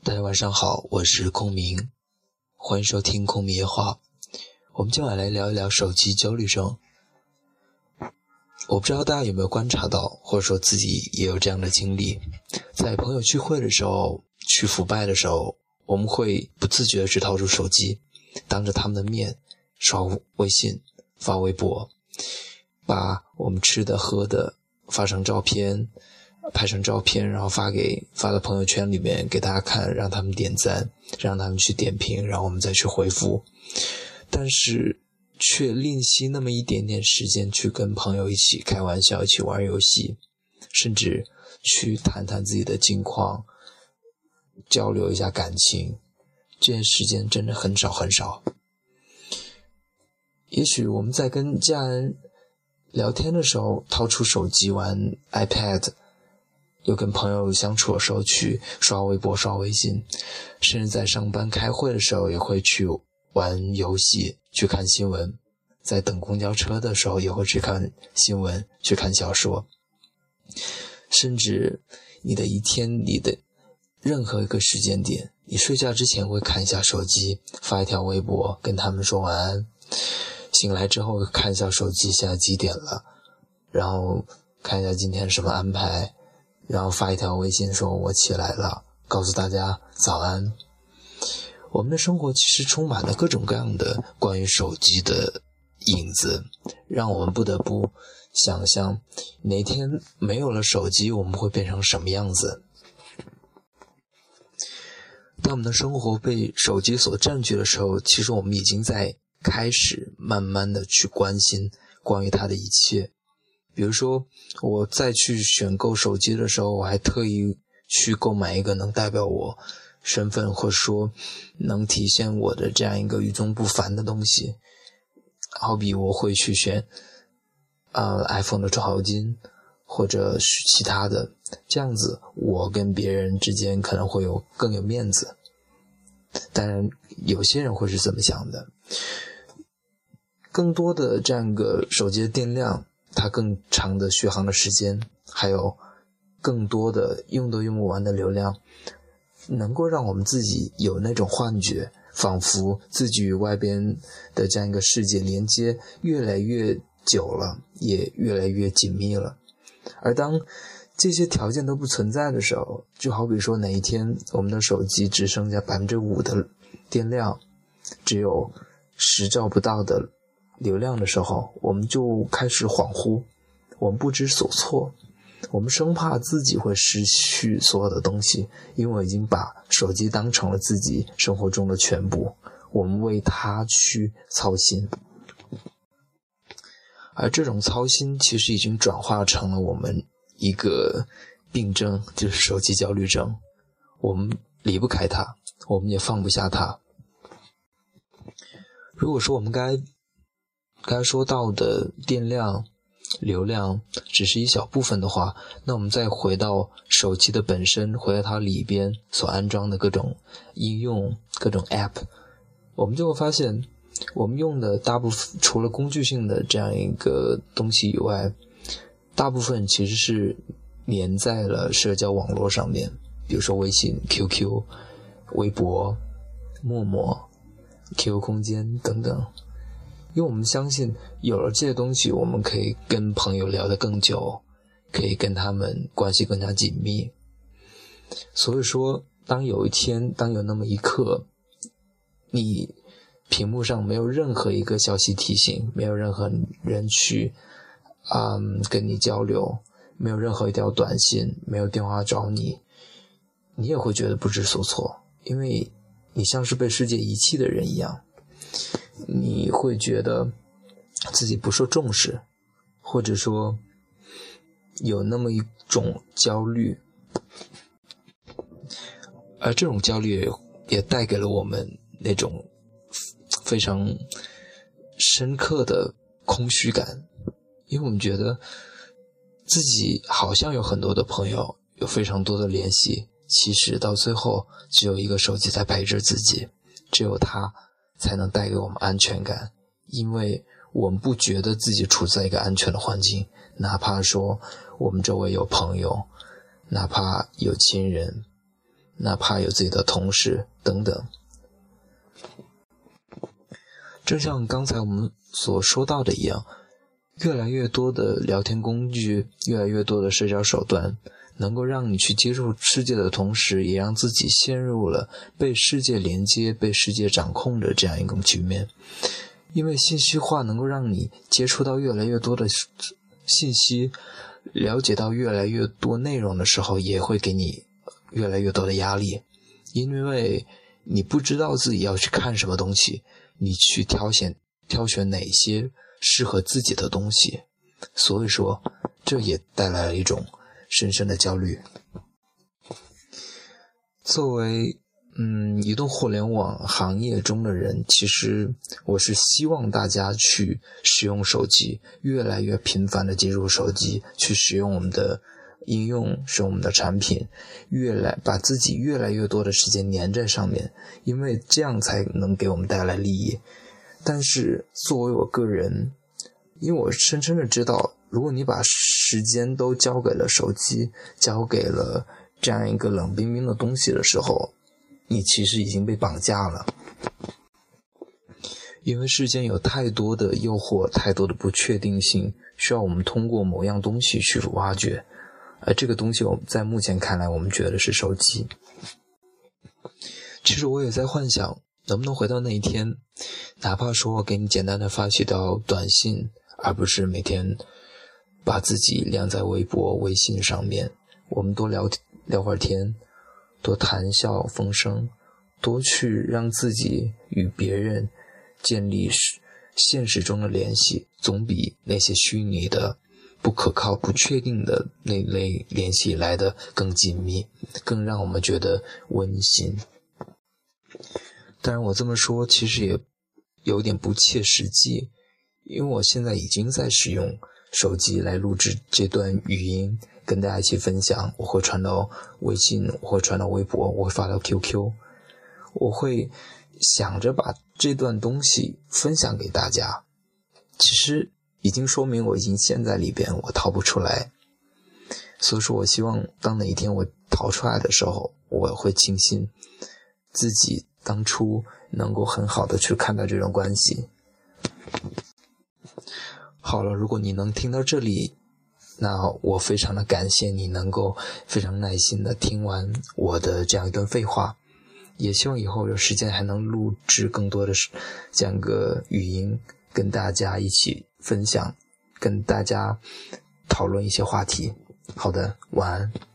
大家晚上好，我是空明，欢迎收听空明夜话。我们今晚来聊一聊手机焦虑症。我不知道大家有没有观察到，或者说自己也有这样的经历，在朋友聚会的时候，去腐败的时候，我们会不自觉地去掏出手机，当着他们的面刷微信、发微博，把我们吃的喝的发成照片，拍成照片，然后发到朋友圈里面给大家看，让他们点赞，让他们去点评，然后我们再去回复。但是却吝惜那么一点点时间去跟朋友一起开玩笑，一起玩游戏，甚至去谈谈自己的近况，交流一下感情，这些时间真的很少很少。也许我们在跟家人聊天的时候掏出手机玩 iPad，又跟朋友相处的时候去刷微博刷微信，甚至在上班开会的时候也会去玩游戏，去看新闻，在等公交车的时候也会去看新闻，去看小说，甚至你的一天里的任何一个时间点，你睡觉之前会看一下手机，发一条微博跟他们说晚安，醒来之后看一下手机现在几点了，然后看一下今天什么安排，然后发一条微信说我起来了，告诉大家早安。我们的生活其实充满了各种各样的关于手机的影子，让我们不得不想象哪天没有了手机我们会变成什么样子。当我们的生活被手机所占据的时候，其实我们已经在开始慢慢的去关心关于它的一切。比如说我再去选购手机的时候，我还特意去购买一个能代表我身份，或者说能体现我的这样一个与众不凡的东西。好比我会去选iPhone 的照妖镜，或者是其他的，这样子我跟别人之间可能会更有面子。当然有些人会是这么想的。更多的这样一个手机的电量，它更长的续航的时间，还有更多的用都用不完的流量，能够让我们自己有那种幻觉，仿佛自己与外边的这样一个世界连接越来越久了，也越来越紧密了。而当这些条件都不存在的时候，就好比说哪一天我们的手机只剩下 5% 的电量，只有10兆不到的流量的时候，我们就开始恍惚，我们不知所措，我们生怕自己会失去所有的东西，因为我已经把手机当成了自己生活中的全部，我们为它去操心。而这种操心其实已经转化成了我们一个病症，就是手机焦虑症。我们离不开它，我们也放不下它。如果说我们该说到的电量流量只是一小部分的话，那我们再回到手机的本身，回到它里边所安装的各种应用、各种 app， 我们就会发现我们用的大部分除了工具性的这样一个东西以外，大部分其实是粘在了社交网络上面，比如说微信、QQ、微博、陌陌、QQ 空间等等。因为我们相信有了这些东西，我们可以跟朋友聊得更久，可以跟他们关系更加紧密。所以说当有一天，当有那么一刻，你屏幕上没有任何一个消息提醒，没有任何人去跟你交流，没有任何一条短信，没有电话找你，你也会觉得不知所措，因为你像是被世界遗弃的人一样，你会觉得自己不受重视，或者说有那么一种焦虑。而这种焦虑也带给了我们那种非常深刻的空虚感，因为我们觉得自己好像有很多的朋友，有非常多的联系，其实到最后只有一个手机在陪着自己，只有它才能带给我们安全感。因为我们不觉得自己处在一个安全的环境，哪怕说我们周围有朋友，哪怕有亲人， 哪怕有自己的同事等等。正像刚才我们所说到的一样，越来越多的聊天工具，越来越多的社交手段，能够让你去接触世界的同时，也让自己陷入了被世界连接、被世界掌控的这样一种局面。因为信息化能够让你接触到越来越多的信息，了解到越来越多内容的时候，也会给你越来越多的压力。因为你不知道自己要去看什么东西，你去挑选哪些适合自己的东西，所以说这也带来了一种深深的焦虑。作为移动互联网行业中的人，其实我是希望大家去使用手机，越来越频繁的接触手机，去使用我们的应用，使用我们的产品，把自己越来越多的时间粘在上面，因为这样才能给我们带来利益。但是作为我个人，因为我深深的知道，如果你把时间都交给了手机，交给了这样一个冷冰冰的东西的时候，你其实已经被绑架了。因为世间有太多的诱惑，太多的不确定性，需要我们通过某样东西去挖掘，而这个东西在目前看来，我们觉得是手机。其实我也在幻想，能不能回到那一天，哪怕说我给你简单的发起到短信，而不是每天把自己晾在微博、微信上面，我们多聊会儿天，多谈笑风生，多去让自己与别人建立现实中的联系，总比那些虚拟的不可靠不确定的那类联系来的更紧密，更让我们觉得温馨。当然我这么说其实也有点不切实际，因为我现在已经在使用手机来录制这段语音跟大家一起分享，我会传到微信，我会传到微博，我会发到 QQ， 我会想着把这段东西分享给大家，其实已经说明我已经陷在里边，我逃不出来。所以说我希望当哪一天我逃出来的时候，我会庆幸自己当初能够很好的去看待这种关系。好了，如果你能听到这里，那我非常的感谢你能够非常耐心的听完我的这样一段废话，也希望以后有时间还能录制更多的这样一个语音，跟大家一起分享，跟大家讨论一些话题。好的，晚安。